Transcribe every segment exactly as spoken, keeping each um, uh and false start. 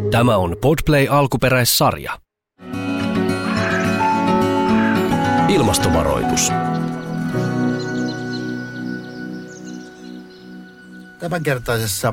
Tämä on Podplay alkuperäissarja. Ilmastovaroitus. Tämänkertaisessa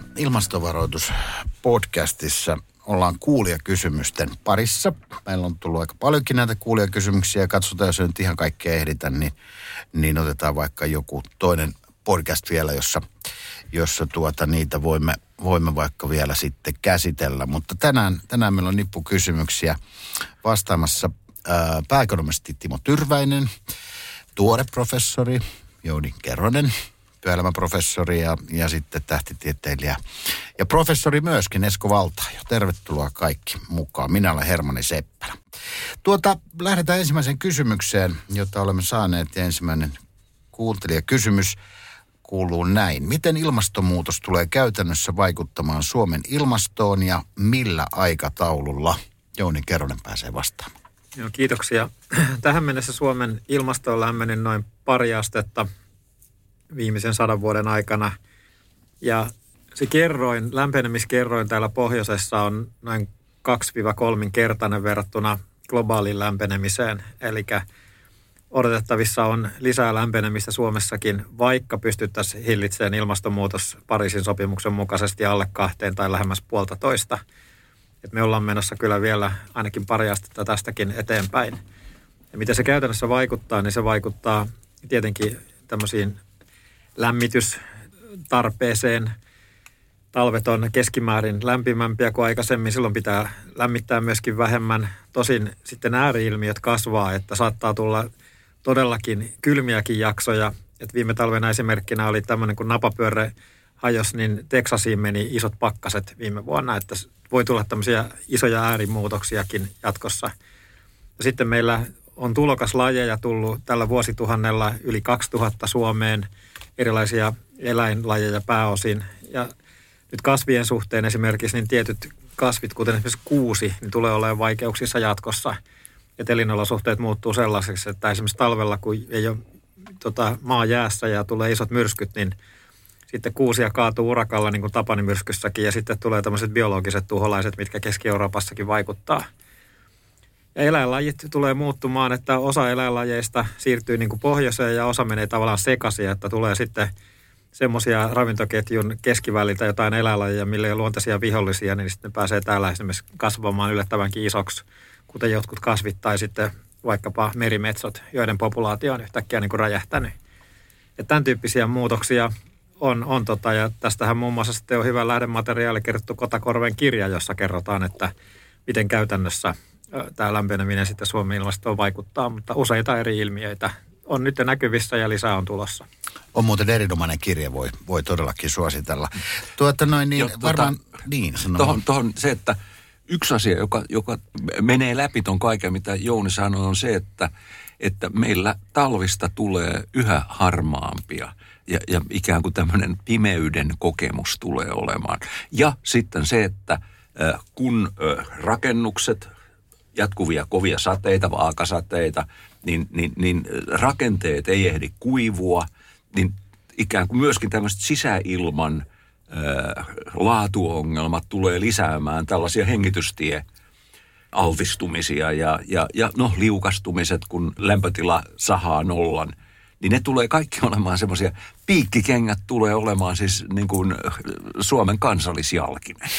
ilmastovaroituspodcastissa ollaan kuulijakysymysten parissa. Meillä on tullut aika paljonkin näitä kuulijakysymyksiä. Katsotaan, jos ei nyt ihan kaikkea ehditä, niin, niin otetaan vaikka joku toinen podcast vielä, jossa, jossa tuota, niitä voimme, voimme vaikka vielä sitten käsitellä. Mutta tänään, tänään meillä on nippu kysymyksiä vastaamassa ää, pääekonomisti Timo Tyrväinen, tuore professori Jouni Keronen, työelämäprofessori ja, ja sitten tähtitieteilijä ja professori myöskin Esko Valtaja. Tervetuloa kaikki mukaan. Minä olen Hermanni Seppälä. Tuota, lähdetään ensimmäiseen kysymykseen, jota olemme saaneet. Ja ensimmäinen kuuntelijakysymys kuuluu näin. Miten ilmastonmuutos tulee käytännössä vaikuttamaan Suomen ilmastoon ja millä aikataululla? Jouni Keronen pääsee vastaamaan. Joo, kiitoksia. Tähän mennessä Suomen ilmasto on lämmennyt noin pari astetta viimeisen sadan vuoden aikana. Ja se kerroin, lämpenemiskerroin täällä pohjoisessa on noin kaksi kolme kertainen verrattuna globaaliin lämpenemiseen. Eli odotettavissa on lisää lämpenemistä Suomessakin, vaikka pystyttäisiin hillitsemään ilmastonmuutos Pariisin sopimuksen mukaisesti alle kahteen tai lähemmäs puolta toista. Et me ollaan menossa kyllä vielä ainakin pari astetta tästäkin eteenpäin. Ja miten se käytännössä vaikuttaa, niin se vaikuttaa tietenkin tämmöisiin lämmitystarpeeseen. Talvet on keskimäärin lämpimämpiä kuin aikaisemmin. Silloin pitää lämmittää myöskin vähemmän. Tosin sitten ääri-ilmiöt kasvaa, että saattaa tulla todellakin kylmiäkin jaksoja. Et viime talvena esimerkkinä oli tämmöinen, kun napapyörre hajosi, niin Teksasiin meni isot pakkaset viime vuonna. Että voi tulla tämmöisiä isoja äärimuutoksiakin jatkossa. Ja sitten meillä on tulokaslajeja tullut tällä vuosituhannella yli kaksituhatta Suomeen, erilaisia eläinlajeja pääosin. Ja nyt kasvien suhteen esimerkiksi niin tietyt kasvit, kuten esimerkiksi kuusi, niin tulee olemaan vaikeuksissa jatkossa. Et elinolosuhteet muuttuu sellaiseksi, että esimerkiksi talvella, kun ei ole tota, maa jäässä ja tulee isot myrskyt, niin sitten kuusia kaatuu urakalla, niin kuin Tapani-myrskyssäkin, ja sitten tulee tämmöiset biologiset tuholaiset, mitkä Keski-Euroopassakin vaikuttaa. Ja eläinlajit tulee muuttumaan, että osa eläinlajeista siirtyy niin kuin pohjoiseen ja osa menee tavallaan sekaisin, että tulee sitten semmoisia ravintoketjun keskiväliltä jotain eläinlajeja, millä ei ole luontaisia vihollisia, niin sitten ne pääsee täällä esimerkiksi kasvamaan yllättävänkin isoksi, kuten jotkut kasvit tai sitten vaikkapa merimetsot, joiden populaatio on yhtäkkiä niin kuin räjähtänyt. Ja tämän tyyppisiä muutoksia on, on tota, ja tästähän muun muassa sitten on hyvä lähdemateriaali kerrottu Kotakorven kirja, jossa kerrotaan, että miten käytännössä tämä lämpeneminen sitten Suomen ilmastoon vaikuttaa, mutta useita eri ilmiöitä on nyt näkyvissä ja lisää on tulossa. On muuten erinomainen kirja, voi, voi todellakin suositella. Tuota noin niin, jo, varmaan tuota, niin sanoo. Tohon, tohon se, että yksi asia, joka, joka menee läpi ton kaiken, mitä Jouni sanoi, on se, että, että meillä talvista tulee yhä harmaampia. Ja, ja ikään kuin tämmöinen pimeyden kokemus tulee olemaan. Ja sitten se, että äh, kun äh, rakennukset, jatkuvia kovia sateita, vaakasateita, niin, niin, niin rakenteet ei ehdi kuivua, niin ikään kuin myöskin tämmöiset sisäilman äh, laatuongelmat tulee lisäämään tällaisia hengitystiealtistumisia ja, ja, ja no liukastumiset, kun lämpötila sahaa nollan. Niin ne tulee kaikki olemaan semmoisia, piikkikengät tulee olemaan siis niin kuin Suomen kansallisjalkinen.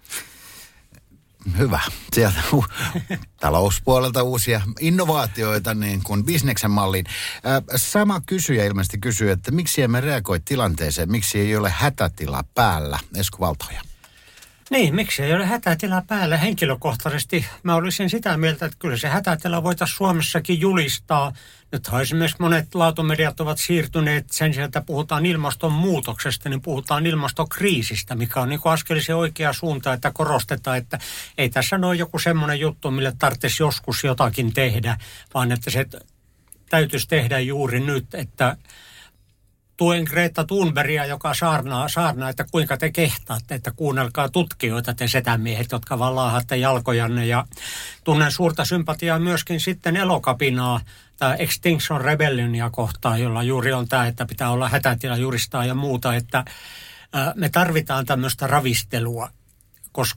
Hyvä. Sieltä uh, talouspuolelta uusia innovaatioita niin kuin bisneksen malliin. Äh, sama kysyjä ilmeisesti kysyy, että miksi emme reagoi tilanteeseen, miksi ei ole hätätila päällä? Esko Valtaja. Niin, miksi ei ole hätätila päällä? Henkilökohtaisesti mä olisin sitä mieltä, että kyllä se hätätila voitaisiin Suomessakin julistaa. Nythän esimerkiksi monet lautomediat ovat siirtyneet sen sijaan, että puhutaan ilmastonmuutoksesta, niin puhutaan ilmastokriisistä, mikä on niin kuin askel se oikea suunta, että korostetaan, että ei tässä ole joku semmoinen juttu, mille tarvitsisi joskus jotakin tehdä, vaan että se täytyisi tehdä juuri nyt, että tuen Greta Thunbergia, joka saarnaa, saarnaa, että kuinka te kehtaatte, että kuunnelkaa tutkijoita te setämiehet, jotka vaan laahatte jalkojanne. Ja tunnen suurta sympatiaa myöskin sitten Elokapinaa, tämä Extinction Rebellionia kohtaan, jolla juuri on tämä, että pitää olla hätätila juristaa ja muuta, että me tarvitaan tämmöistä ravistelua, koska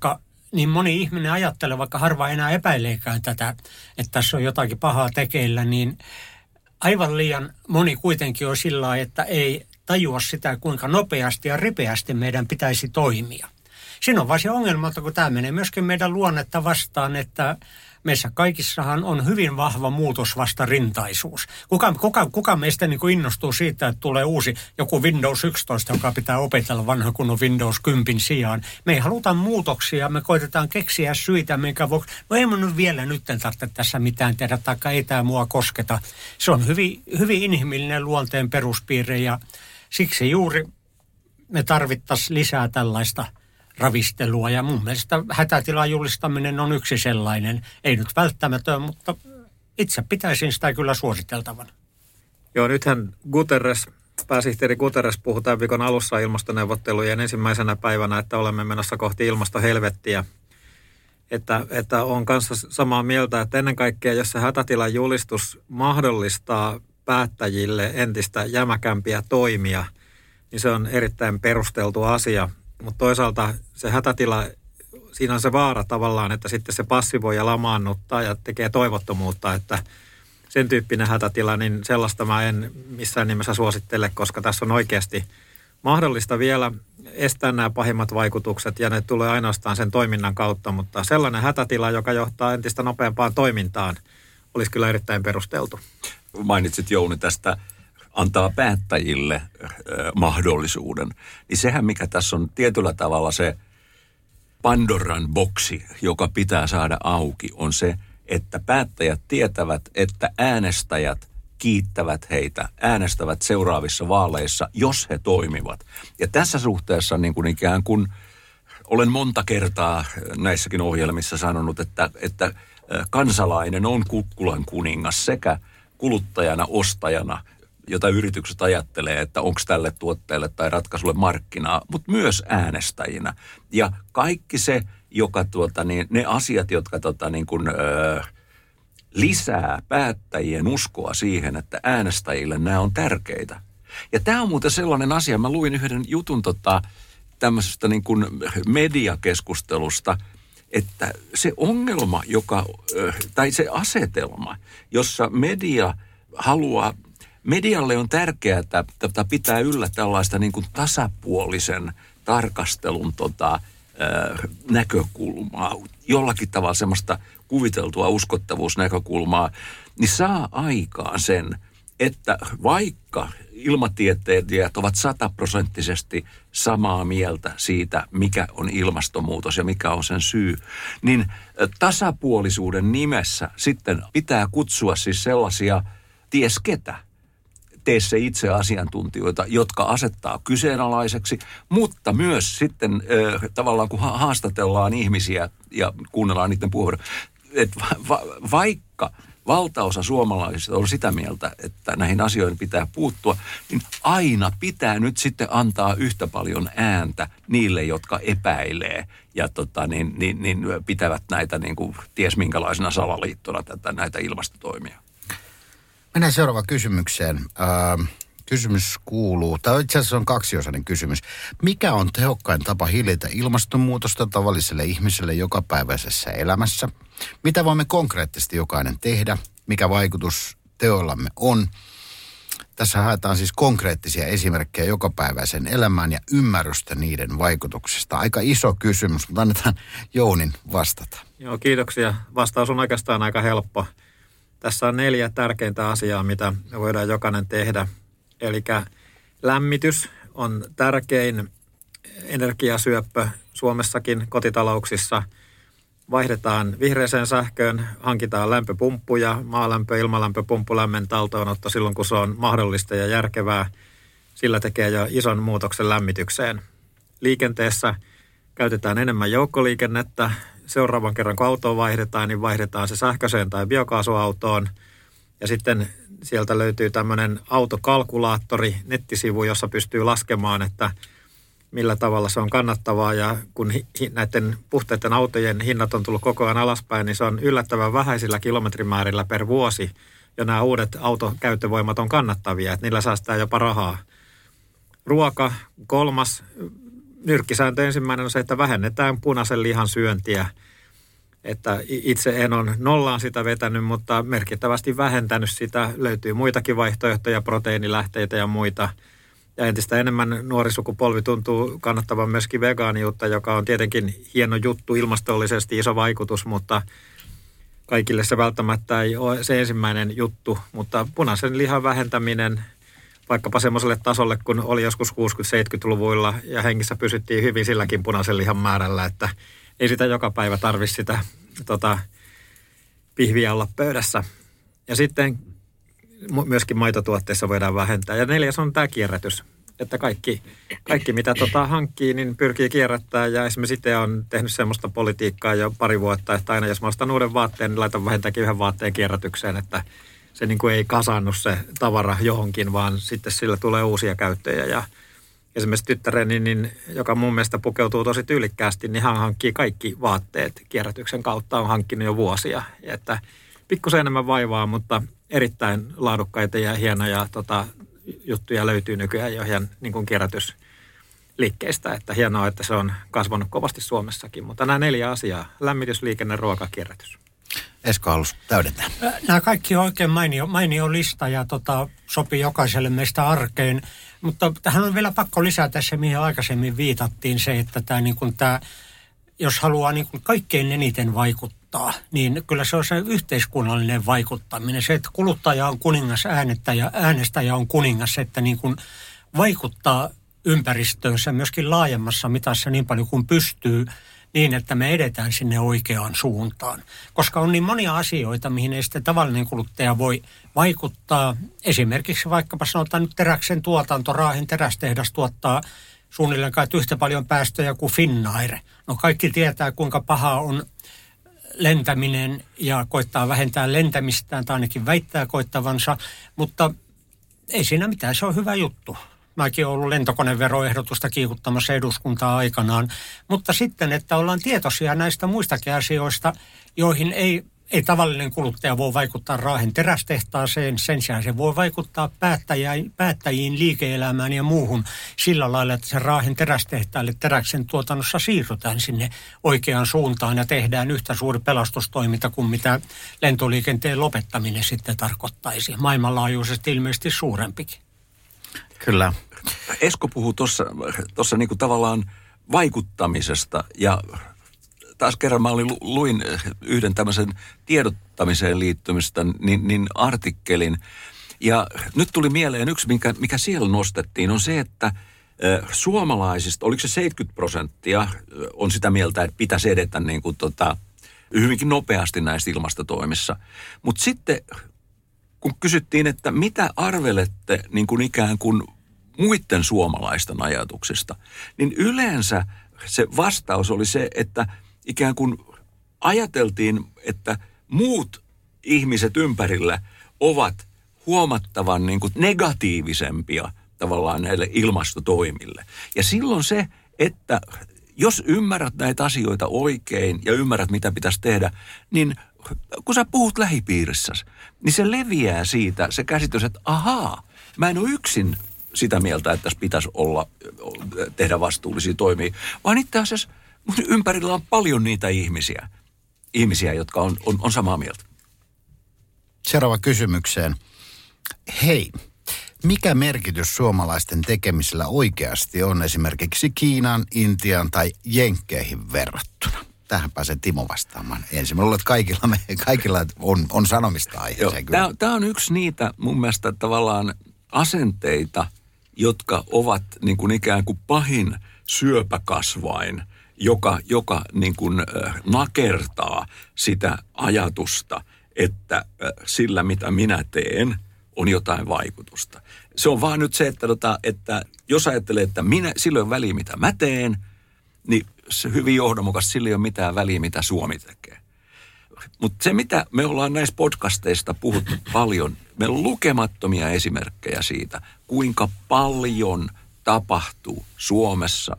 niin moni ihminen ajattelee, vaikka harva enää epäileekään tätä, että tässä on jotakin pahaa tekeillä, niin aivan liian moni kuitenkin on sillä lailla, että ei tajua sitä, kuinka nopeasti ja ripeästi meidän pitäisi toimia. Siinä on vain se ongelma, että kun tämä menee myöskin meidän luonnetta vastaan, että meissä kaikissahan on hyvin vahva muutosvastarintaisuus. Kuka, kuka, kuka meistä niin kuin innostuu siitä, että tulee uusi joku Windows yksitoista, joka pitää opetella vanha kunnon Windows kymmenen sijaan. Me ei haluta muutoksia, me koitetaan keksiä syitä, minkä vuoksi, no ei mun nyt vielä nyt tarvitse tässä mitään tehdä, taikka ei tämä mua kosketa. Se on hyvin, hyvin inhimillinen luonteen peruspiirre ja siksi juuri me tarvittaisiin lisää tällaista ravistelua ja mun mielestä hätätilan julistaminen on yksi sellainen. Ei nyt välttämätön, mutta itse pitäisin sitä kyllä suositeltavan. Joo, nythän Guterres, pääsihteeri Guterres puhui tämän viikon alussa ilmastoneuvottelujen ensimmäisenä päivänä, että olemme menossa kohti ilmastohelvettiä. Että, että on kanssa samaa mieltä, että ennen kaikkea, jos se hätätilan julistus mahdollistaa päättäjille entistä jämäkämpiä toimia, niin se on erittäin perusteltu asia. Mutta toisaalta se hätätila, siinä on se vaara tavallaan, että sitten se passivoi ja lamaannuttaa ja tekee toivottomuutta, että sen tyyppinen hätätila, niin sellaista mä en missään nimessä suosittele, koska tässä on oikeasti mahdollista vielä estää nämä pahimmat vaikutukset ja ne tulee ainoastaan sen toiminnan kautta, mutta sellainen hätätila, joka johtaa entistä nopeampaan toimintaan, olisi kyllä erittäin perusteltu. Mainitsit Jouni tästä antaa päättäjille äh, mahdollisuuden, niin sehän mikä tässä on tietyllä tavalla se Pandoran boksi, joka pitää saada auki, on se, että päättäjät tietävät, että äänestäjät kiittävät heitä, äänestävät seuraavissa vaaleissa, jos he toimivat. Ja tässä suhteessa niin kuin ikään kuin olen monta kertaa näissäkin ohjelmissa sanonut, että, että kansalainen on kukkulan kuningas sekä kuluttajana, ostajana, jota yritykset ajattelee, että onko tälle tuotteelle tai ratkaisulle markkinaa, mutta myös äänestäjinä. Ja kaikki se, joka tuota, niin, ne asiat, jotka tota, niin kuin, ö, lisää päättäjien uskoa siihen, että äänestäjille nämä on tärkeitä. Ja tämä on muuten sellainen asia, mä luin yhden jutun tota, tämmöisestä niin kuin mediakeskustelusta, että se ongelma, joka, tai se asetelma, jossa media haluaa, medialle on tärkeää, että pitää yllä tällaista niin kuin tasapuolisen tarkastelun tota, näkökulmaa, jollakin tavalla semmoista kuviteltua uskottavuusnäkökulmaa, niin saa aikaan sen, että vaikka ilmatieteilijät ovat sataprosenttisesti samaa mieltä siitä, mikä on ilmastonmuutos ja mikä on sen syy, niin tasapuolisuuden nimessä sitten pitää kutsua siis sellaisia ties ketä, tee se itse asiantuntijoita, jotka asettaa kyseenalaiseksi, mutta myös sitten äh, tavallaan kun haastatellaan ihmisiä ja kuunnellaan niiden puheenvuoroja, että va- va- vaikka valtaosa suomalaisista on sitä mieltä, että näihin asioihin pitää puuttua, niin aina pitää nyt sitten antaa yhtä paljon ääntä niille, jotka epäilee ja tota, niin, niin, niin pitävät näitä niin kuin ties minkälaisena salaliittona tätä, näitä ilmastotoimia. Mennään seuraavaan kysymykseen. Äh, kysymys kuuluu, tai itse asiassa on kaksiosainen kysymys. Mikä on tehokkain tapa hillitä ilmastonmuutosta tavalliselle ihmiselle jokapäiväisessä elämässä? Mitä voimme konkreettisesti jokainen tehdä? Mikä vaikutus teoillamme on? Tässä haetaan siis konkreettisia esimerkkejä jokapäiväiseen elämään ja ymmärrystä niiden vaikutuksesta. Aika iso kysymys, mutta annetaan Jounin vastata. Joo, kiitoksia. Vastaus on oikeastaan aika helppo. Tässä on neljä tärkeintä asiaa, mitä me voidaan jokainen tehdä. Eli lämmitys on tärkein energiasyöppö Suomessakin kotitalouksissa. Vaihdetaan vihreäseen sähköön, hankitaan lämpöpumppuja, maalämpö, ilmalämpöpumppu, lämmön talteenotto silloin, kun se on mahdollista ja järkevää. Sillä tekee jo ison muutoksen lämmitykseen. Liikenteessä käytetään enemmän joukkoliikennettä. Seuraavan kerran, kun autoa vaihdetaan, niin vaihdetaan se sähköiseen tai biokaasuautoon. Ja sitten sieltä löytyy tämmöinen autokalkulaattori, nettisivu, jossa pystyy laskemaan, että millä tavalla se on kannattavaa. Ja kun hi- näiden puhteiden autojen hinnat on tullut koko ajan alaspäin, niin se on yllättävän vähäisillä kilometrimäärillä per vuosi. Ja nämä uudet autokäyttövoimat on kannattavia, että niillä säästää jopa rahaa. Ruoka, kolmas nyrkkisääntö ensimmäinen on se, että vähennetään punaisen lihan syöntiä. Että itse en ole nollaan sitä vetänyt, mutta merkittävästi vähentänyt sitä. Löytyy muitakin vaihtoehtoja, proteiinilähteitä ja muita. Ja entistä enemmän nuori sukupolvi tuntuu kannattavan myöskin vegaaniutta, joka on tietenkin hieno juttu, ilmastollisesti iso vaikutus, mutta kaikille se välttämättä ei ole se ensimmäinen juttu. Mutta punaisen lihan vähentäminen vaikkapa semmoiselle tasolle, kun oli joskus kuusikymmentä-seitsemänkymmentäluvuilla ja hengissä pysyttiin hyvin silläkin punaisen lihan määrällä, että ei sitä joka päivä tarvitse sitä tota, pihviä olla pöydässä. Ja sitten myöskin maitotuotteissa voidaan vähentää. Ja neljäs on tämä kierrätys. Että kaikki, kaikki mitä tota hankkii, niin pyrkii kierrättää. Ja esimerkiksi itse on tehnyt semmoista politiikkaa jo pari vuotta, että aina jos mä ostan uuden vaatteen, niin laitan vähintääkin yhden vaatteen kierrätykseen, että se niin kuin ei kasaannu se tavara johonkin, vaan sitten sillä tulee uusia käyttöjä. Ja esimerkiksi tyttäreni, niin, joka mun mielestä pukeutuu tosi tyylikkäästi, niin hän hankkii kaikki vaatteet kierrätyksen kautta, on hankkinut jo vuosia. Ja että pikkusen enemmän vaivaa, mutta erittäin laadukkaita ja hienoja tota, juttuja löytyy nykyään jo ihan niin kuin kierrätysliikkeistä. Että hienoa, että se on kasvanut kovasti Suomessakin. Mutta nämä neljä asiaa, lämmitys, liikenne, ruoka, kierrätys. Esko halusi täydentää. Nämä kaikki on oikein mainio, mainio lista ja tota, sopii jokaiselle meistä arkeen. Mutta tähän on vielä pakko lisätä se, mihin aikaisemmin viitattiin, se, että tämä, niin kuin tämä, jos haluaa niin kuin kaikkein eniten vaikuttaa, niin kyllä se on se yhteiskunnallinen vaikuttaminen. Se, että kuluttaja on kuningas, äänestäjä, äänestäjä on kuningas, että niin kuin vaikuttaa ympäristöönsä myöskin laajemmassa mitassa niin paljon kuin pystyy, niin, että me edetään sinne oikeaan suuntaan. Koska on niin monia asioita, mihin ei sitten tavallinen kuluttaja voi vaikuttaa. Esimerkiksi vaikkapa sanotaan nyt teräksen tuotanto, Raahen terästehdas tuottaa suunnilleen kai yhtä paljon päästöjä kuin Finnair. No kaikki tietää, kuinka paha on lentäminen ja koittaa vähentää lentämistään, tai ainakin väittää koittavansa, mutta ei siinä mitään, se on hyvä juttu. Mäkin olen ollut lentokoneveroehdotusta kiikuttamassa eduskuntaa aikanaan. Mutta sitten, että ollaan tietoisia näistä muistakin asioista, joihin ei, ei tavallinen kuluttaja voi vaikuttaa Raahen terästehtaaseen. Sen sijaan se voi vaikuttaa päättäjiin, päättäjiin liike-elämään ja muuhun sillä lailla, että se Raahen terästehtaille teräksen tuotannossa siirrytään sinne oikeaan suuntaan ja tehdään yhtä suuri pelastustoiminta kuin mitä lentoliikenteen lopettaminen sitten tarkoittaisi. Maailmanlaajuisesti ilmeisesti suurempikin. Kyllä. Esko puhuu tuossa niinku tavallaan vaikuttamisesta ja taas kerran mä olin, luin yhden tämmöisen tiedottamiseen liittymistä niin, niin artikkelin. Ja nyt tuli mieleen yksi, mikä, mikä siellä nostettiin, on se, että suomalaisista, oliko se seitsemänkymmentä prosenttia, on sitä mieltä, että pitäisi edetä niin kuin tota, hyvinkin nopeasti näissä ilmastotoimissa. Mutta sitten kun kysyttiin, että mitä arvelette niin kuin ikään kuin muiden suomalaisten ajatuksista, niin yleensä se vastaus oli se, että ikään kuin ajateltiin, että muut ihmiset ympärillä ovat huomattavan niin kuin negatiivisempia tavallaan näille ilmastotoimille. Ja silloin se, että jos ymmärrät näitä asioita oikein ja ymmärrät, mitä pitäisi tehdä, niin kun sä puhut lähipiirissäsi, niin se leviää siitä se käsitys, että ahaa, mä en ole yksin sitä mieltä, että tässä pitäisi olla, tehdä vastuullisia toimia, vaan itse asiassa mun ympärillä on paljon niitä ihmisiä, ihmisiä jotka on, on, on samaa mieltä. Seuraava kysymykseen. Hei, mikä merkitys suomalaisten tekemisellä oikeasti on esimerkiksi Kiinaan, Intiaan tai Jenkkeihin verrattuna? Tähän pääsee Timo vastaamaan ensin. Mä luulen, että kaikilla, me, kaikilla on, on sanomista aiheeseen. Tämä on yksi niitä mun mielestä tavallaan asenteita, jotka ovat niin kuin ikään kuin pahin syöpäkasvain, joka, joka niin kuin äh, nakertaa sitä ajatusta, että äh, sillä mitä minä teen on jotain vaikutusta. Se on vaan nyt se, että, tota, että jos ajattelee, että minä, sillä ei ole väliä mitä mä teen, niin se hyvin johdonmukaisesti, sillä ei ole mitään väliä mitä Suomi tekee. Mutta se mitä me ollaan näissä podcasteista puhuttu paljon, meillä on lukemattomia esimerkkejä siitä, kuinka paljon tapahtuu Suomessa.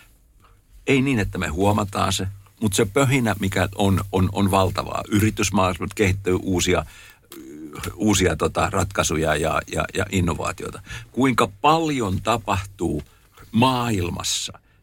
Ei niin, että me huomataan se, mutta se pöhinä, mikä on, on, on valtavaa. Yritysmaailma kehittyy uusia, uusia tota, ratkaisuja ja, ja, ja innovaatioita. Kuinka paljon tapahtuu maailmassa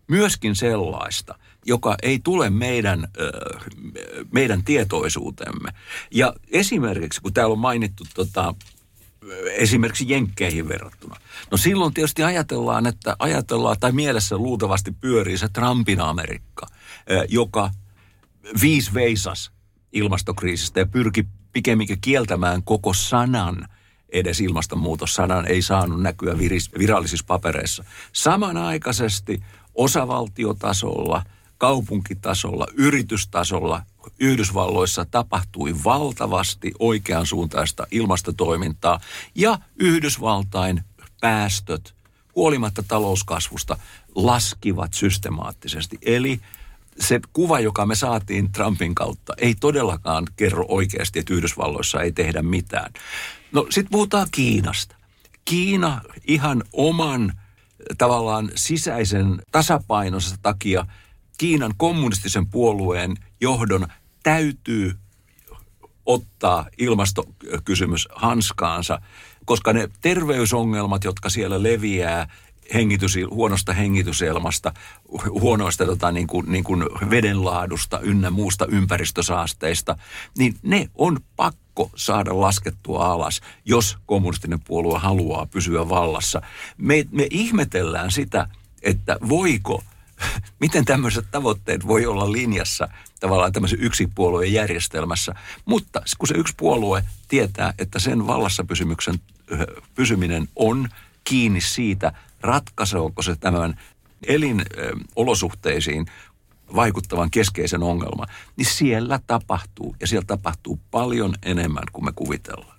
myöskin sellaista, joka ei tule meidän, meidän tietoisuutemme. Ja esimerkiksi, kun täällä on mainittu tota, esimerkiksi jenkkeihin verrattuna. No silloin tietysti ajatellaan, että ajatellaan, tai mielessä luultavasti pyörii se Trumpin Amerikka, joka viis veisas ilmastokriisistä ja pyrki pikemminkin kieltämään koko sanan, edes ilmastonmuutossanan ei saanut näkyä virallisissa papereissa. Samanaikaisesti osavaltiotasolla, kaupunkitasolla, yritystasolla Yhdysvalloissa tapahtui valtavasti oikeansuuntaista ilmastotoimintaa ja Yhdysvaltain päästöt huolimatta talouskasvusta laskivat systemaattisesti. Eli se kuva, joka me saatiin Trumpin kautta, ei todellakaan kerro oikeasti, että Yhdysvalloissa ei tehdä mitään. No sit puhutaan Kiinasta. Kiina ihan oman tavallaan sisäisen tasapainonsa takia Kiinan kommunistisen puolueen johdon täytyy ottaa ilmastokysymys hanskaansa, koska ne terveysongelmat, jotka siellä leviää hengitys, huonosta hengityselmasta, huonoista tota, niin kuin, niin kuin vedenlaadusta ynnä muusta ympäristösaasteista, niin ne on pakko saada laskettua alas, jos kommunistinen puolue haluaa pysyä vallassa. Me, me ihmetellään sitä, että voiko, miten tämmöiset tavoitteet voi olla linjassa tavallaan tämmöisen yksipuolueen järjestelmässä, mutta kun se yksi puolue tietää, että sen vallassa pysymyksen, pysyminen on kiinni siitä, ratkaiseeko se tämän elinolosuhteisiin vaikuttavan keskeisen ongelman, niin siellä tapahtuu, ja siellä tapahtuu paljon enemmän kuin me kuvitellaan.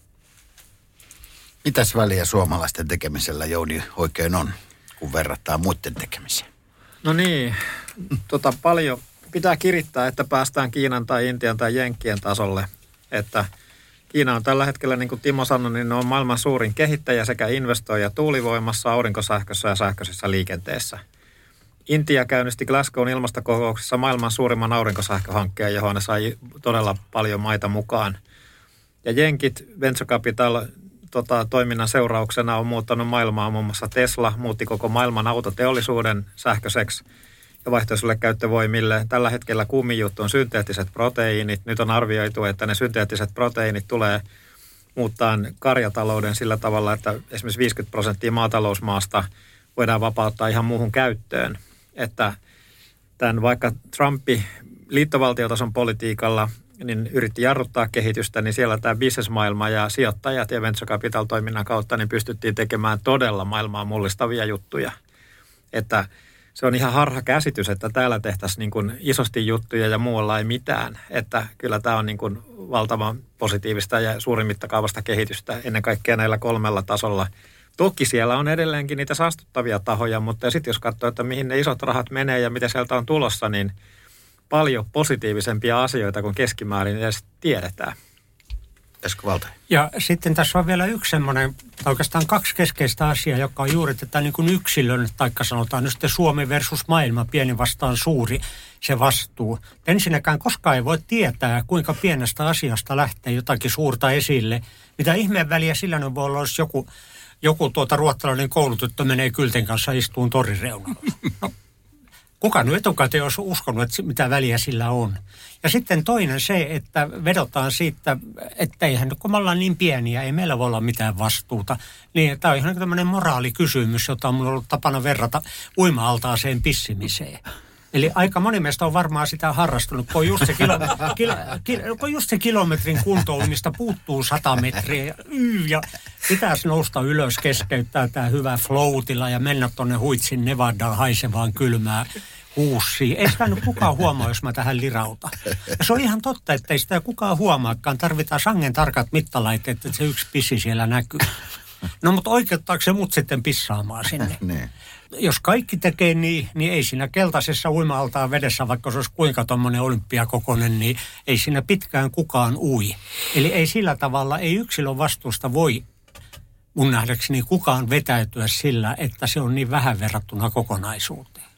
Mitäs väliä suomalaisten tekemisellä, Jouni, oikein on, kun verrataan muiden tekemiseen? No niin, tota paljon pitää kirittää, että päästään Kiinan tai Intian tai Jenkkien tasolle, että Kiina on tällä hetkellä, niin kuin Timo sanoi, niin ne on maailman suurin kehittäjä sekä investoija tuulivoimassa, aurinkosähkössä ja sähköisessä liikenteessä. Intia käynnisti Glasgown ilmastokokouksessa maailman suurimman aurinkosähköhankkeen, johon ne sai todella paljon maita mukaan. Ja Jenkit Venture Capital tota, toiminnan seurauksena on muuttanut maailmaa, muun muassa Tesla muutti koko maailman autoteollisuuden sähköiseksi ja vaihtoehtoisille käyttövoimille. Tällä hetkellä kuumin juttu on synteettiset proteiinit. Nyt on arvioitu, että ne synteettiset proteiinit tulee muuttaa karjatalouden sillä tavalla, että esimerkiksi viisikymmentä prosenttia maatalousmaasta voidaan vapauttaa ihan muuhun käyttöön. Että tämän vaikka Trumpi liittovaltiotason politiikalla niin yritti jarruttaa kehitystä, niin siellä tämä bisnesmaailma ja sijoittajat ja venture capital-toiminnan kautta niin pystyttiin tekemään todella maailmaa mullistavia juttuja. Että se on ihan harha käsitys, että täällä tehtäisiin niin kuin isosti juttuja ja muualla ei mitään. Että kyllä tämä on niin kuin valtavan positiivista ja suurin mittakaavasta kehitystä ennen kaikkea näillä kolmella tasolla. Toki siellä on edelleenkin niitä saastuttavia tahoja, mutta sitten jos katsoo, että mihin ne isot rahat menee ja mitä sieltä on tulossa, niin paljon positiivisempia asioita kuin keskimäärin edes tiedetään. Esko Valtari. Ja sitten tässä on vielä yksi semmoinen, oikeastaan kaksi keskeistä asiaa, joka on juuri tätä niin kuin yksilön, taikka sanotaan nyt sitten Suomi versus maailma, pieni vastaan suuri, se vastuu. Ensinnäkään koskaan ei voi tietää, kuinka pienestä asiasta lähtee jotakin suurta esille. Mitä ihmeen väliä sillä nyt voi olla, jos joku, joku tuota ruotsalainen koulutyttö menee kylten kanssa istuun torin reunalla. No, kuka nyt etukäteen olisi uskonut, että mitä väliä sillä on? Ja sitten toinen se, että vedotaan siitä, että eihän kun me ollaan niin pieniä, ei meillä voi olla mitään vastuuta. Niin tämä on ihan tämmöinen moraalikysymys, jota on minulla ollut tapana verrata uima-altaaseen pissimiseen. Eli aika moni meistä on varmaan sitä harrastunut, kun just se, kilo, kilo, kilo, kun just se kilometrin kuntoilmista puuttuu sata metriä ja, ja pitäisi nousta ylös, keskeyttää tämä hyvä floatilla ja mennä tuonne Huitsin Nevadaan haisevaan kylmään huussiin. Ei sitä nyt kukaan huomaa, jos mä tähän lirautan. Ja se on ihan totta, että ei sitä kukaan huomaakaan. Tarvitaan sangen tarkat mittalaitteet, että se yksi pissi siellä näkyy. No mutta oikeuttaako se mut sitten pissaamaan sinne? Ne. Jos kaikki tekee niin, niin ei siinä keltaisessa uima-altaan vedessä, vaikka se olisi kuinka tuommoinen olympiakokoinen, niin ei siinä pitkään kukaan ui. Eli ei sillä tavalla, ei yksilön vastuusta voi mun nähdäkseni kukaan vetäytyä sillä, että se on niin vähän verrattuna kokonaisuuteen.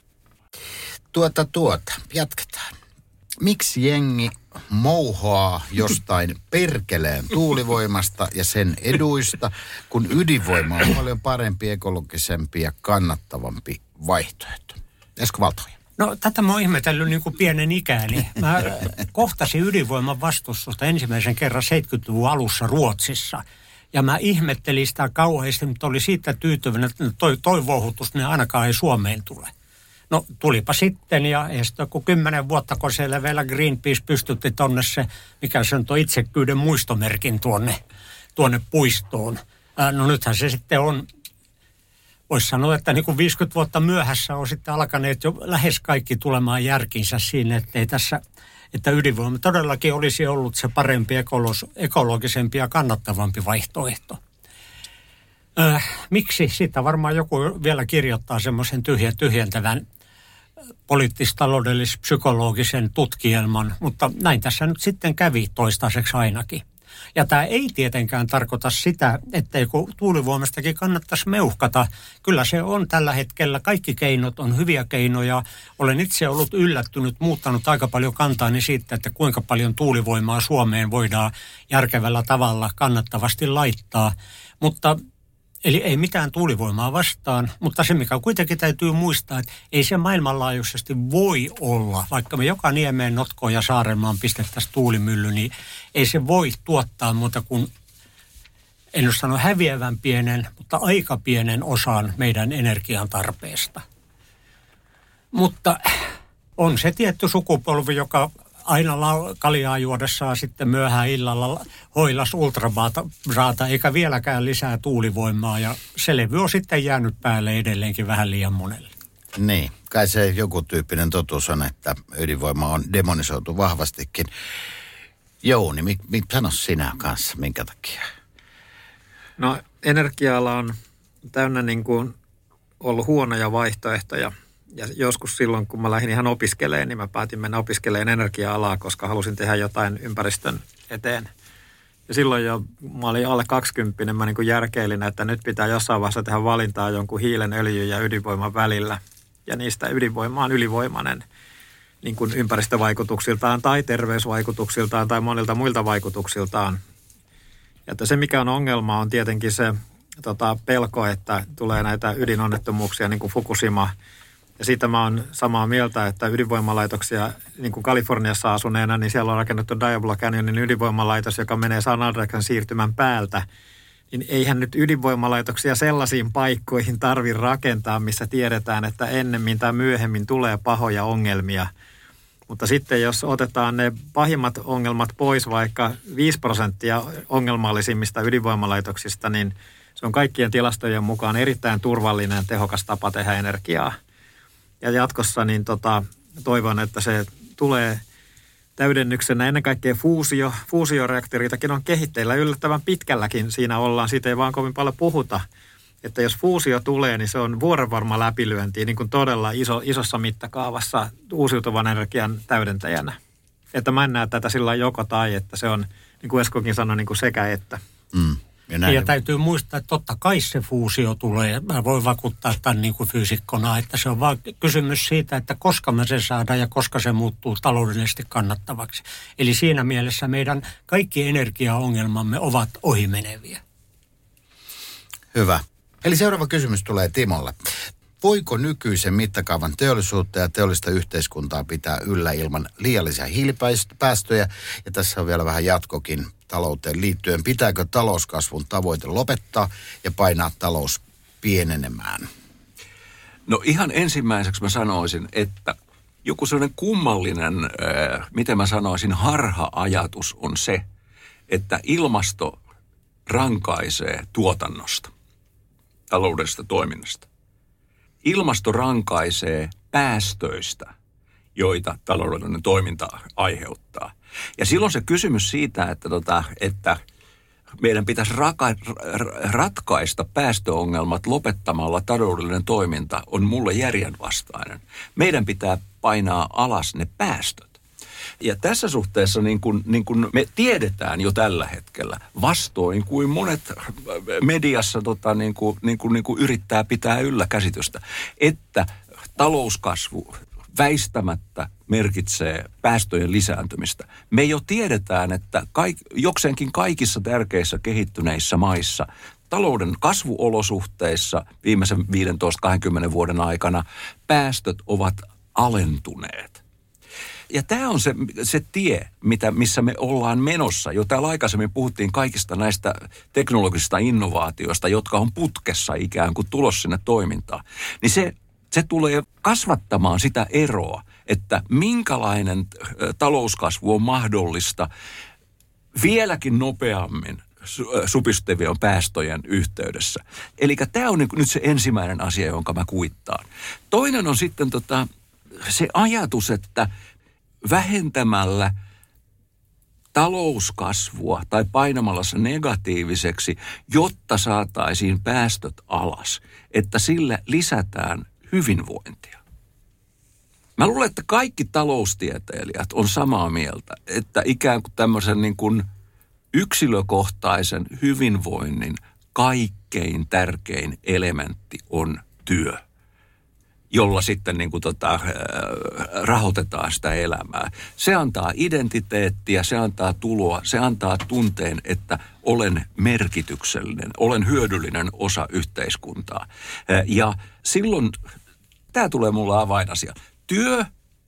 Tuota, tuota, jatketaan. Miksi jengi mouhoaa jostain perkeleen tuulivoimasta ja sen eduista, kun ydinvoima on paljon parempi, ekologisempi ja kannattavampi vaihtoehto? Esko Valtoja. No tätä mä oon ihmetellyt niin kuin pienen ikäni. Mä kohtasin ydinvoiman vastustusta ensimmäisen kerran seitsemänkymmentäluvun alussa Ruotsissa. Ja mä ihmettelin sitä kauheasti, mutta oli siitä tyytyväinen, että toi, toi vohutus, ne ainakaan ei Suomeen tule. No tulipa sitten ja ei sitä kuin kymmenen vuotta, kun siellä vielä Greenpeace pystytti tonne se, mikä se on tuo itsekyyden muistomerkin tuonne, tuonne puistoon. Ää, no nythän se sitten on, voisi sanoa, että niin kuin viisikymmentä vuotta myöhässä on sitten alkaneet jo lähes kaikki tulemaan järkinsä siinä, että ei tässä, että ydinvoima todellakin olisi ollut se parempi, ekolog- ekologisempi ja kannattavampi vaihtoehto. Äh, miksi? Siitä varmaan joku vielä kirjoittaa semmoisen tyhjä, tyhjentävän poliittis-taloudellis-psykologisen tutkielman, mutta näin tässä nyt sitten kävi toistaiseksi ainakin. Ja tämä ei tietenkään tarkoita sitä, etteikö tuulivoimastakin kannattaisi meuhkata. Kyllä se on tällä hetkellä. Kaikki keinot on hyviä keinoja. Olen itse ollut yllättynyt, muuttanut aika paljon kantaani siitä, että kuinka paljon tuulivoimaa Suomeen voidaan järkevällä tavalla kannattavasti laittaa. Mutta eli ei mitään tuulivoimaa vastaan, mutta se mikä kuitenkin täytyy muistaa, että ei se maailmanlaajuisesti voi olla, vaikka me joka niemeen, notkoon ja Saarenmaan pistettäisiin tuulimylly, niin ei se voi tuottaa muuta kuin, en ole sano häviävän pienen, mutta aika pienen osan meidän energian tarpeesta. Mutta on se tietty sukupolvi, joka aina kaljaa juodessaan sitten myöhään illalla hoilas ultrabraata, eikä vieläkään lisää tuulivoimaa. Ja se levy on sitten jäänyt päälle edelleenkin vähän liian monelle. Niin, kai se joku tyyppinen totuus on, että ydinvoima on demonisoitu vahvastikin. Jouni, mi, mi, sano sinä kanssa, minkä takia? No energia-ala on täynnä niin kuin ollut huonoja vaihtoehtoja. Ja joskus silloin, kun mä lähdin ihan opiskelemaan, niin mä päätin mennä opiskelemaan energia-alaa, koska halusin tehdä jotain ympäristön eteen. Ja silloin jo, mä olin alle kaksikymppinen, mä niin kuin järkeilin, että nyt pitää jossain vaiheessa tehdä valintaa jonkun hiilen, öljyn ja ydinvoiman välillä. Ja niistä ydinvoima on ylivoimainen niin kuin ympäristövaikutuksiltaan tai terveysvaikutuksiltaan tai monilta muilta vaikutuksiltaan. Ja että se, mikä on ongelma, on tietenkin se tota, pelko, että tulee näitä ydinonnettomuuksia, niin kuin Fukushima. Ja siitä mä oon samaa mieltä, että ydinvoimalaitoksia, niin kuin Kaliforniassa asuneena, niin siellä on rakennettu Diablo Canyonin ydinvoimalaitos, joka menee San Andreasen siirtymän päältä. Niin eihän nyt ydinvoimalaitoksia sellaisiin paikkoihin tarvi rakentaa, missä tiedetään, että ennemmin tai myöhemmin tulee pahoja ongelmia. Mutta sitten jos otetaan ne pahimmat ongelmat pois, vaikka viisi prosenttia ongelmallisimmista ydinvoimalaitoksista, niin se on kaikkien tilastojen mukaan erittäin turvallinen, tehokas tapa tehdä energiaa. Ja jatkossa niin tota, toivon, että se tulee täydennyksenä ennen kaikkea fuusio. Fuusioreaktoriitakin on kehitteillä yllättävän pitkälläkin. Siinä ollaan, siitä ei vaan kovin paljon puhuta. Että jos fuusio tulee, niin se on vuorenvarma läpilyönti niin kuin todella iso, isossa mittakaavassa uusiutuvan energian täydentäjänä. Että mä en näe tätä sillä joko tai, että se on, niin kuin Eskokin sanoi, niin kuin sekä että. Mm. Ja, ja täytyy muistaa, että totta kai se fuusio tulee. Mä voin vakuuttaa tämän niin kuin fyysikkona, että se on vaan kysymys siitä, että koska me se saadaan ja koska se muuttuu taloudellisesti kannattavaksi. Eli siinä mielessä meidän kaikki energiaongelmamme ovat ohimeneviä. Hyvä. Eli seuraava kysymys tulee Timolle. Voiko nykyisen mittakaavan teollisuutta ja teollista yhteiskuntaa pitää yllä ilman liiallisia hiilipäästöjä? Ja tässä on vielä vähän jatkokin talouteen liittyen. Pitääkö talouskasvun tavoite lopettaa ja painaa talous pienenemään? No ihan ensimmäiseksi mä sanoisin, että joku sellainen kummallinen, äh, miten mä sanoisin, harha-ajatus on se, että ilmasto rankaisee tuotannosta, taloudellisesta toiminnasta. Ilmasto rankaisee päästöistä, joita taloudellinen toiminta aiheuttaa. Ja silloin se kysymys siitä, että, tota, että meidän pitäisi raka, ratkaista päästöongelmat lopettamalla taloudellinen toiminta on mulle järjenvastainen. Meidän pitää painaa alas ne päästöt. Ja tässä suhteessa niin kuin, niin kuin me tiedetään jo tällä hetkellä, vastoin kuin monet mediassa tota, niin kuin, niin kuin, niin kuin yrittää pitää yllä käsitystä, että talouskasvu väistämättä merkitsee päästöjen lisääntymistä. Me jo tiedetään, että kaik, jokseenkin kaikissa tärkeissä kehittyneissä maissa talouden kasvuolosuhteissa viimeisen viisitoista kaksikymmentä vuoden aikana päästöt ovat alentuneet. Ja tämä on se, se tie, mitä, missä me ollaan menossa. Jo täällä aikaisemmin puhuttiin kaikista näistä teknologisista innovaatioista, jotka on putkessa ikään kuin tulos sinne toimintaan. Niin se, se tulee kasvattamaan sitä eroa, että minkälainen talouskasvu on mahdollista vieläkin nopeammin supistuvien päästöjen yhteydessä. Eli tämä on nyt se ensimmäinen asia, jonka mä kuittaan. Toinen on sitten tota, se ajatus, että vähentämällä talouskasvua tai painamalla se negatiiviseksi, jotta saataisiin päästöt alas, että sillä lisätään hyvinvointia. Mä luulen, että kaikki taloustieteilijät on samaa mieltä, että ikään kuin tämmöisen niin kuin yksilökohtaisen hyvinvoinnin kaikkein tärkein elementti on työ, jolla sitten niin kuin tota, rahoitetaan sitä elämää. Se antaa identiteettiä, se antaa tuloa, se antaa tunteen, että olen merkityksellinen, olen hyödyllinen osa yhteiskuntaa. Ja silloin tämä tulee mulle avainasia. Työ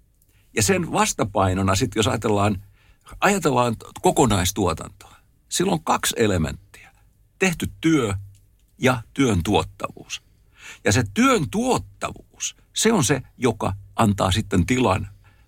ja sen vastapainona sitten, jos ajatellaan, ajatellaan kokonaistuotantoa, silloin on kaksi elementtiä. Tehty työ ja työn tuottavuus. Ja se työn tuottavuus, se on se, joka antaa sitten tilan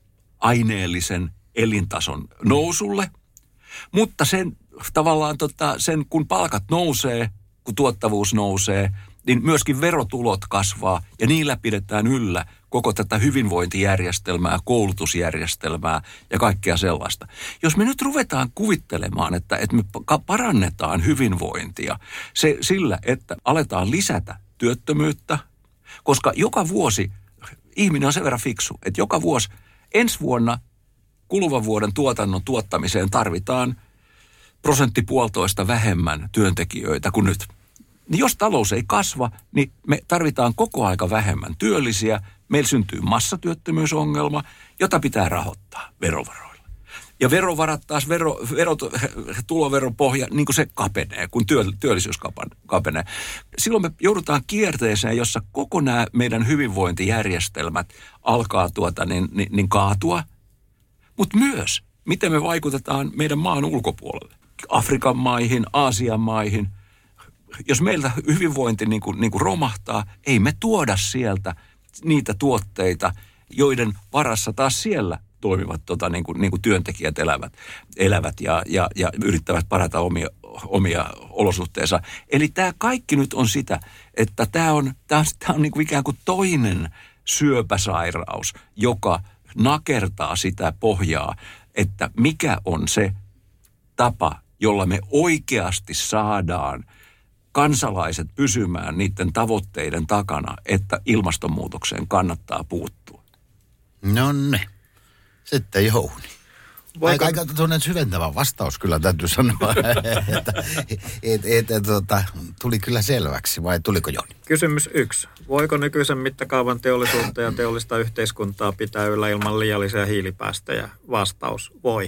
aineellisen elintason nousulle. Mutta sen tavallaan tota, sen, kun palkat nousee, kun tuottavuus nousee, niin myöskin verotulot kasvaa ja niillä pidetään yllä koko tätä hyvinvointijärjestelmää, koulutusjärjestelmää ja kaikkea sellaista. Jos me nyt ruvetaan kuvittelemaan, että, että me parannetaan hyvinvointia se, sillä, että aletaan lisätä työttömyyttä, koska joka vuosi ihminen on sen verran fiksu, että joka vuosi ensi vuonna kuluvan vuoden tuotannon tuottamiseen tarvitaan prosentti puolitoista vähemmän työntekijöitä kuin nyt. Niin jos talous ei kasva, niin me tarvitaan koko aika vähemmän työllisiä. Meillä syntyy massatyöttömyysongelma, jota pitää rahoittaa verovaroilla. Ja verovarat taas, vero, vero, tuloveropohja, niin kuin se kapenee, kun työ, työllisyys kapenee. Silloin me joudutaan kierteeseen, jossa koko nämä meidän hyvinvointijärjestelmät alkaa tuota, niin, niin, niin kaatua. Mutta myös, miten me vaikutetaan meidän maan ulkopuolelle. Afrikan maihin, Aasian maihin. Jos meiltä hyvinvointi niin kuin, niin kuin romahtaa, ei me tuoda sieltä niitä tuotteita, joiden varassa taas siellä toimivat tota, niin kuin, niin kuin työntekijät elävät, elävät ja, ja, ja yrittävät parata omia, omia olosuhteensa. Eli tämä kaikki nyt on sitä, että tämä on, tämä on, tämä on niin kuin ikään kuin toinen syöpäsairaus, joka nakertaa sitä pohjaa, että mikä on se tapa, jolla me oikeasti saadaan kansalaiset pysymään niiden tavoitteiden takana, että ilmastonmuutokseen kannattaa puuttua. No ne. Sitten Jouni. Voiko... Aika, aika tuonne syventävä vastaus kyllä täytyy sanoa, että et, et, et, tota, tuli kyllä selväksi, vai tuliko Jouni? Kysymys yksi. Voiko nykyisen mittakaavan teollisuutta ja teollista yhteiskuntaa pitää yllä ilman liiallisia hiilipäästöjä? Vastaus, voi.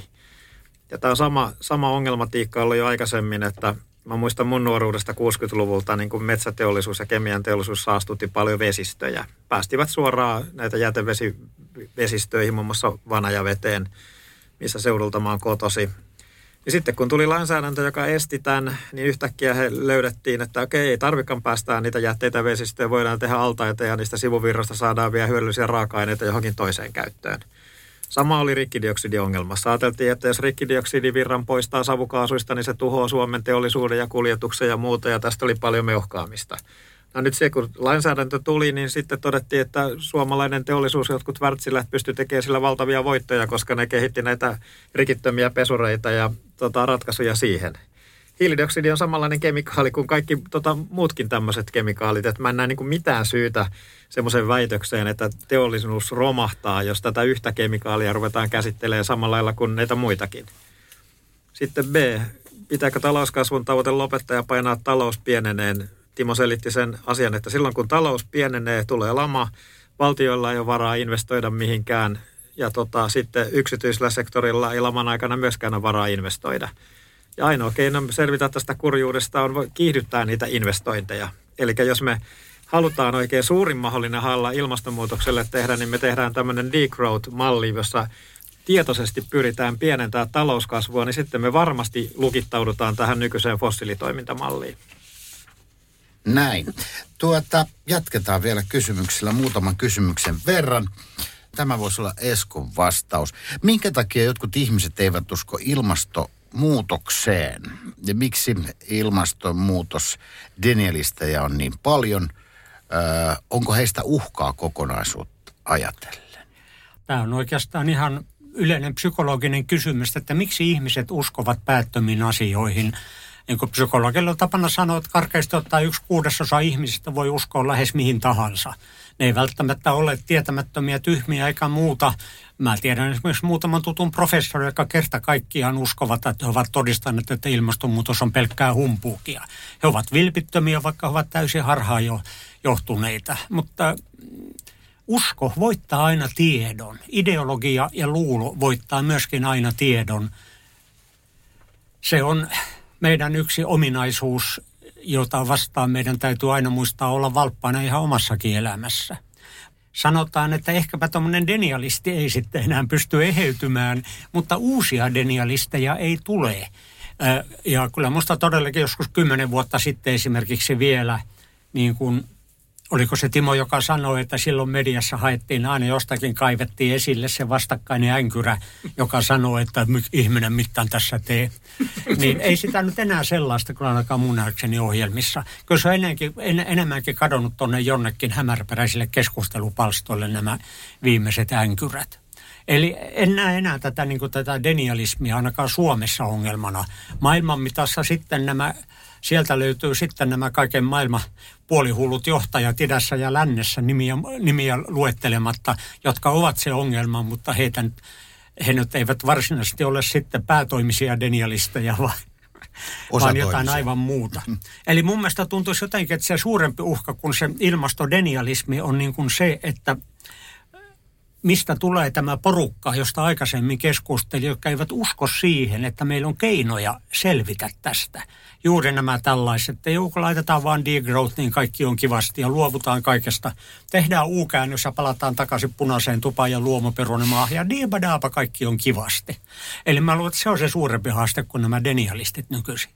Ja tämä sama, sama ongelmatiikka oli jo aikaisemmin, että mä muistan mun nuoruudesta kuusikymmentäluvulta, niin kuin metsäteollisuus ja kemian teollisuus saastutti paljon vesistöjä. Päästivät suoraan näitä jätevesistöihin, muun muassa Vanajaveteen, missä seudulta mä oon kotosi. Ja sitten kun tuli lainsäädäntö, joka esti tämän, niin yhtäkkiä he löydettiin, että okei, ei tarvikaan päästää niitä jätteitä vesistöön, voidaan tehdä altaita ja niistä sivuvirroista saadaan vielä hyödyllisiä raaka-aineita johonkin toiseen käyttöön. Sama oli rikkidioksidiongelmassa. Ajateltiin, että jos rikkidioksidivirran poistaa savukaasuista, niin se tuhoaa Suomen teollisuuden ja kuljetuksen ja muuta, ja tästä oli paljon meuhkaamista. No nyt se, kun lainsäädäntö tuli, niin sitten todettiin, että suomalainen teollisuus, jotkut Wärtsilät pystyi tekemään sillä valtavia voittoja, koska ne kehitti näitä rikittömiä pesureita ja tota, ratkaisuja siihen. Hiilidioksidi on samanlainen kemikaali kuin kaikki tota, muutkin tämmöiset kemikaalit, että mä en näe niin kuin mitään syytä semmoisen väitökseen, että teollisuus romahtaa, jos tätä yhtä kemikaalia ruvetaan käsittelemään samalla lailla kuin näitä muitakin. Sitten B, pitääkö talouskasvun tavoite lopettaa ja painaa talous pieneneen? Timo selitti sen asian, että silloin kun talous pienenee, tulee lama, valtioilla ei ole varaa investoida mihinkään ja tota, sitten yksityisellä sektorilla ei laman aikana myöskään ole varaa investoida. Ja ainoa keino selvitä tästä kurjuudesta on kiihdyttää niitä investointeja. Eli jos me halutaan oikein suurin mahdollinen halla ilmastonmuutokselle tehdä, niin me tehdään tämmöinen degrowth-malli, jossa tietoisesti pyritään pienentämään talouskasvua, niin sitten me varmasti lukittaudutaan tähän nykyiseen fossiilitoimintamalliin. Näin. Tuota, jatketaan vielä kysymyksillä muutaman kysymyksen verran. Tämä voisi olla Eskon vastaus. Minkä takia jotkut ihmiset eivät usko ilmastonmuutokseen? Ja miksi ilmastonmuutos denialisteja on niin paljon? Öö, onko heistä uhkaa kokonaisuutta ajatellen? Tämä on oikeastaan ihan yleinen psykologinen kysymys, että miksi ihmiset uskovat päättömiin asioihin. Niin kuin psykologilla on tapana sanoa, että karkeasti ottaen yksi kuudesosa ihmisistä voi uskoa lähes mihin tahansa. Ne ei välttämättä ole tietämättömiä, tyhmiä eikä muuta. Mä tiedän esimerkiksi muutaman tutun professori, joka kerta kaikkiaan uskovat, että he ovat todistaneet, että ilmastonmuutos on pelkkää humpuukia. He ovat vilpittömiä, vaikka he ovat täysin harhaan jo johtuneita. Mutta usko voittaa aina tiedon. Ideologia ja luulo voittaa myöskin aina tiedon. Se on meidän yksi ominaisuus, jota vastaan meidän täytyy aina muistaa olla valppaana ihan omassakin elämässä. Sanotaan, että ehkäpä tuommoinen denialisti ei sitten enää pysty eheytymään, mutta uusia denialisteja ei tule. Ja kyllä musta todellakin joskus kymmenen vuotta sitten esimerkiksi vielä, niin kuin oliko se Timo, joka sanoi, että silloin mediassa haettiin aina jostakin, kaivettiin esille se vastakkainen änkyrä, joka sanoi, että ihminen mitään tässä tee. Niin ei sitä nyt enää sellaista, kun ainakaan mun nähdäkseni ohjelmissa. Kyllä se on ennenkin, en, enemmänkin kadonnut tuonne jonnekin hämärperäisille keskustelupalstoille nämä viimeiset änkyrät. Eli en näe enää tätä, niin kuin tätä denialismia ainakaan Suomessa ongelmana. Maailman mitassa sitten nämä, sieltä löytyy sitten nämä kaiken maailman puolihullut johtajat idässä ja lännessä nimiä, nimiä luettelematta, jotka ovat se ongelma, mutta heitä, he nyt eivät varsinaisesti ole sitten päätoimisia denialisteja, vaan, vaan jotain aivan muuta. Eli mun mielestä tuntuisi jotenkin, että se suurempi uhka kuin se ilmastodenialismi on niin kuin se, että mistä tulee tämä porukka, josta aikaisemmin keskustelin, jotka eivät usko siihen, että meillä on keinoja selvitä tästä. Juuri nämä tällaiset, että joku laitetaan vaan degrowth, niin kaikki on kivasti ja luovutaan kaikesta. Tehdään U-käännös ja palataan takaisin punaiseen tupaan ja luomuperunemaahan ja diibadaapa kaikki on kivasti. Eli mä luulen, että se on se suurempi haaste kuin nämä denialistit nykyisin.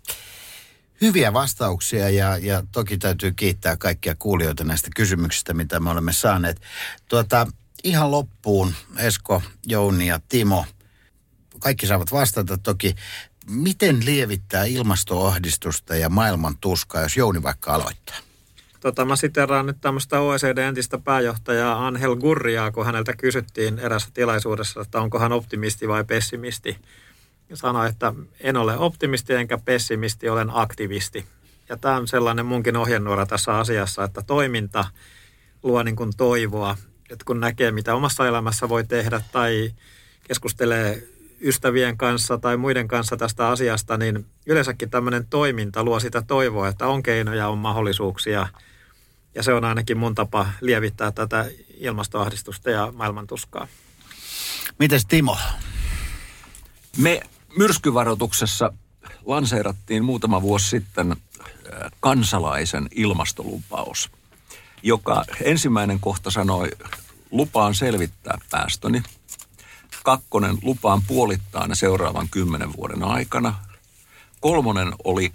Hyviä vastauksia ja, ja toki täytyy kiittää kaikkia kuulijoita näistä kysymyksistä, mitä me olemme saaneet. Tuota, ihan loppuun Esko, Jouni ja Timo, kaikki saavat vastata toki. Miten lievittää ilmastoahdistusta ja maailman tuskaa, jos Jouni vaikka aloittaa? Tota, mä siteraan nyt tämmöistä O E C D-entistä pääjohtajaa Angel Gurriaa, kun häneltä kysyttiin erässä tilaisuudessa, että onko hän optimisti vai pessimisti. Ja sanoi, että en ole optimisti enkä pessimisti, olen aktivisti. Ja tämä on sellainen munkin ohjenuora tässä asiassa, että toiminta luo niin kuin toivoa. Että kun näkee, mitä omassa elämässä voi tehdä tai keskustelee ystävien kanssa tai muiden kanssa tästä asiasta, niin yleensäkin tämmöinen toiminta luo sitä toivoa, että on keinoja, on mahdollisuuksia. Ja se on ainakin mun tapa lievittää tätä ilmastoahdistusta ja maailmantuskaa. Mites Timo? Me myrskyvaroituksessa lanseerattiin muutama vuosi sitten kansalaisen ilmastolupaus, joka ensimmäinen kohta sanoi, lupaan selvittää päästöni. Kakkonen, lupaan puolittaa ne seuraavan kymmenen vuoden aikana. Kolmonen oli,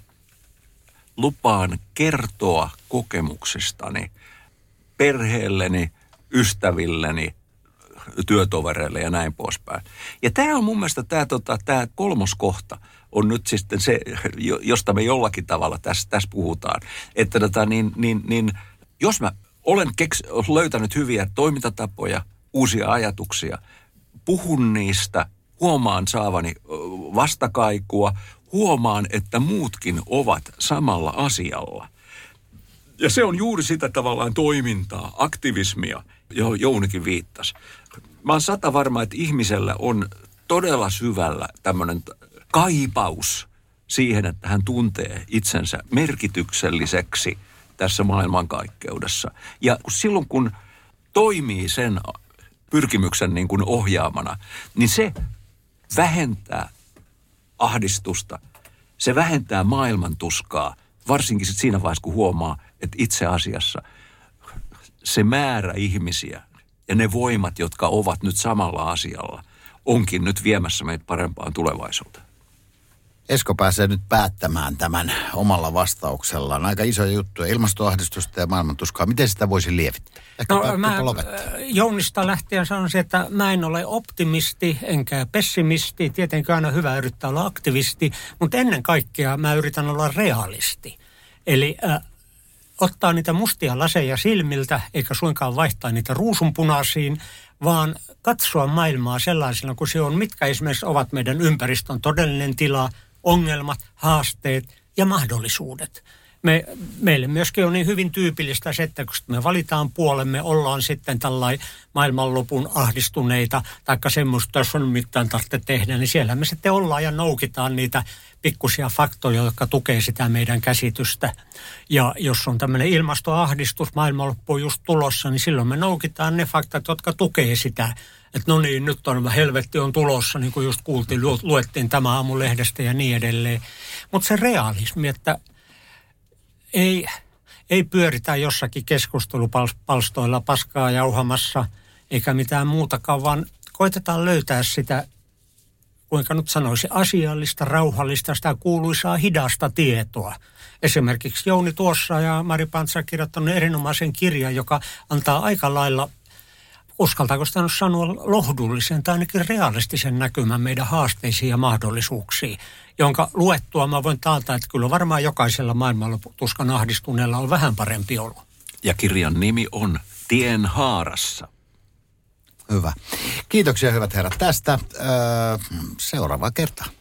lupaan kertoa kokemuksistani perheelleni, ystävilleni, työtovereille ja näin poispäin. Ja tämä on mun mielestä, tämä, tota, tämä kolmoskohta on nyt sitten se, josta me jollakin tavalla tässä, tässä puhutaan. Että tota, niin, niin, niin, jos mä olen keks, löytänyt hyviä toimintatapoja, uusia ajatuksia, puhun niistä, huomaan saavani vastakaikua, huomaan, että muutkin ovat samalla asialla. Ja se on juuri sitä tavallaan toimintaa, aktivismia, johon Jounikin viittasi. Mä oon sata varma, että ihmisellä on todella syvällä tämmöinen kaipaus siihen, että hän tuntee itsensä merkitykselliseksi tässä maailmankaikkeudessa. Ja silloin, kun toimii sen pyrkimyksen niin kuin ohjaamana, niin se vähentää ahdistusta Se vähentää maailmantuskaa, varsinkin sit siinä vaiheessa, kun huomaa, että itse asiassa se määrä ihmisiä ja ne voimat, jotka ovat nyt samalla asialla, onkin nyt viemässä meitä parempaan tulevaisuuteen. Esko pääsee nyt päättämään tämän omalla vastauksellaan. Aika isoja juttuja, ilmastoahdistusta ja maailmantuskaa. Miten sitä voisi lievittää? Ehkä no, mä Jounista lähtien sanoisin, että mä en ole optimisti enkä pessimisti. Tietenkin aina hyvä yrittää olla aktivisti, mutta ennen kaikkea mä yritän olla realisti. Eli äh, ottaa niitä mustia laseja silmiltä, eikä suinkaan vaihtaa niitä ruusunpunaisiin, vaan katsoa maailmaa sellaisena kuin se on, mitkä esimerkiksi ovat meidän ympäristön todellinen tila, ongelmat, haasteet ja mahdollisuudet. Me, meille myöskin on niin hyvin tyypillistä se, että kun me valitaan puolemme, ollaan sitten tällainen maailmanlopun ahdistuneita, taikka semmoista, jos on mitään tarvitse tehdä, niin siellä me sitten ollaan ja noukitaan niitä pikkusia faktoja, jotka tukee sitä meidän käsitystä. Ja jos on tämmöinen ilmastoahdistus, maailmanloppu on just tulossa, niin silloin me noukitaan ne faktat, jotka tukee sitä. Että no niin, nyt on helvetti on tulossa, niin kuin just kuultiin, luettiin tämä aamun lehdestä ja niin edelleen. Mutta se realismi, että ei, ei pyöritä jossakin keskustelupalstoilla paskaa jauhamassa eikä mitään muutakaan, vaan koitetaan löytää sitä, kuinka nyt sanoisi, asiallista, rauhallista, sitä kuuluisaa hidasta tietoa. Esimerkiksi Jouni tuossa ja Mari Pantsar kirjoittanut erinomaisen kirjan, joka antaa aika lailla, uskaltaako sitä sanoa, lohdullisen tai ainakin realistisen näkymän meidän haasteisiin ja mahdollisuuksiin, jonka luettua mä voin taata, että kyllä varmaan jokaisella maailmanloputuskan ahdistuneella on vähän parempi olo. Ja kirjan nimi on Tien haarassa. Hyvä. Kiitoksia hyvät herrat tästä. Öö, seuraava kerta.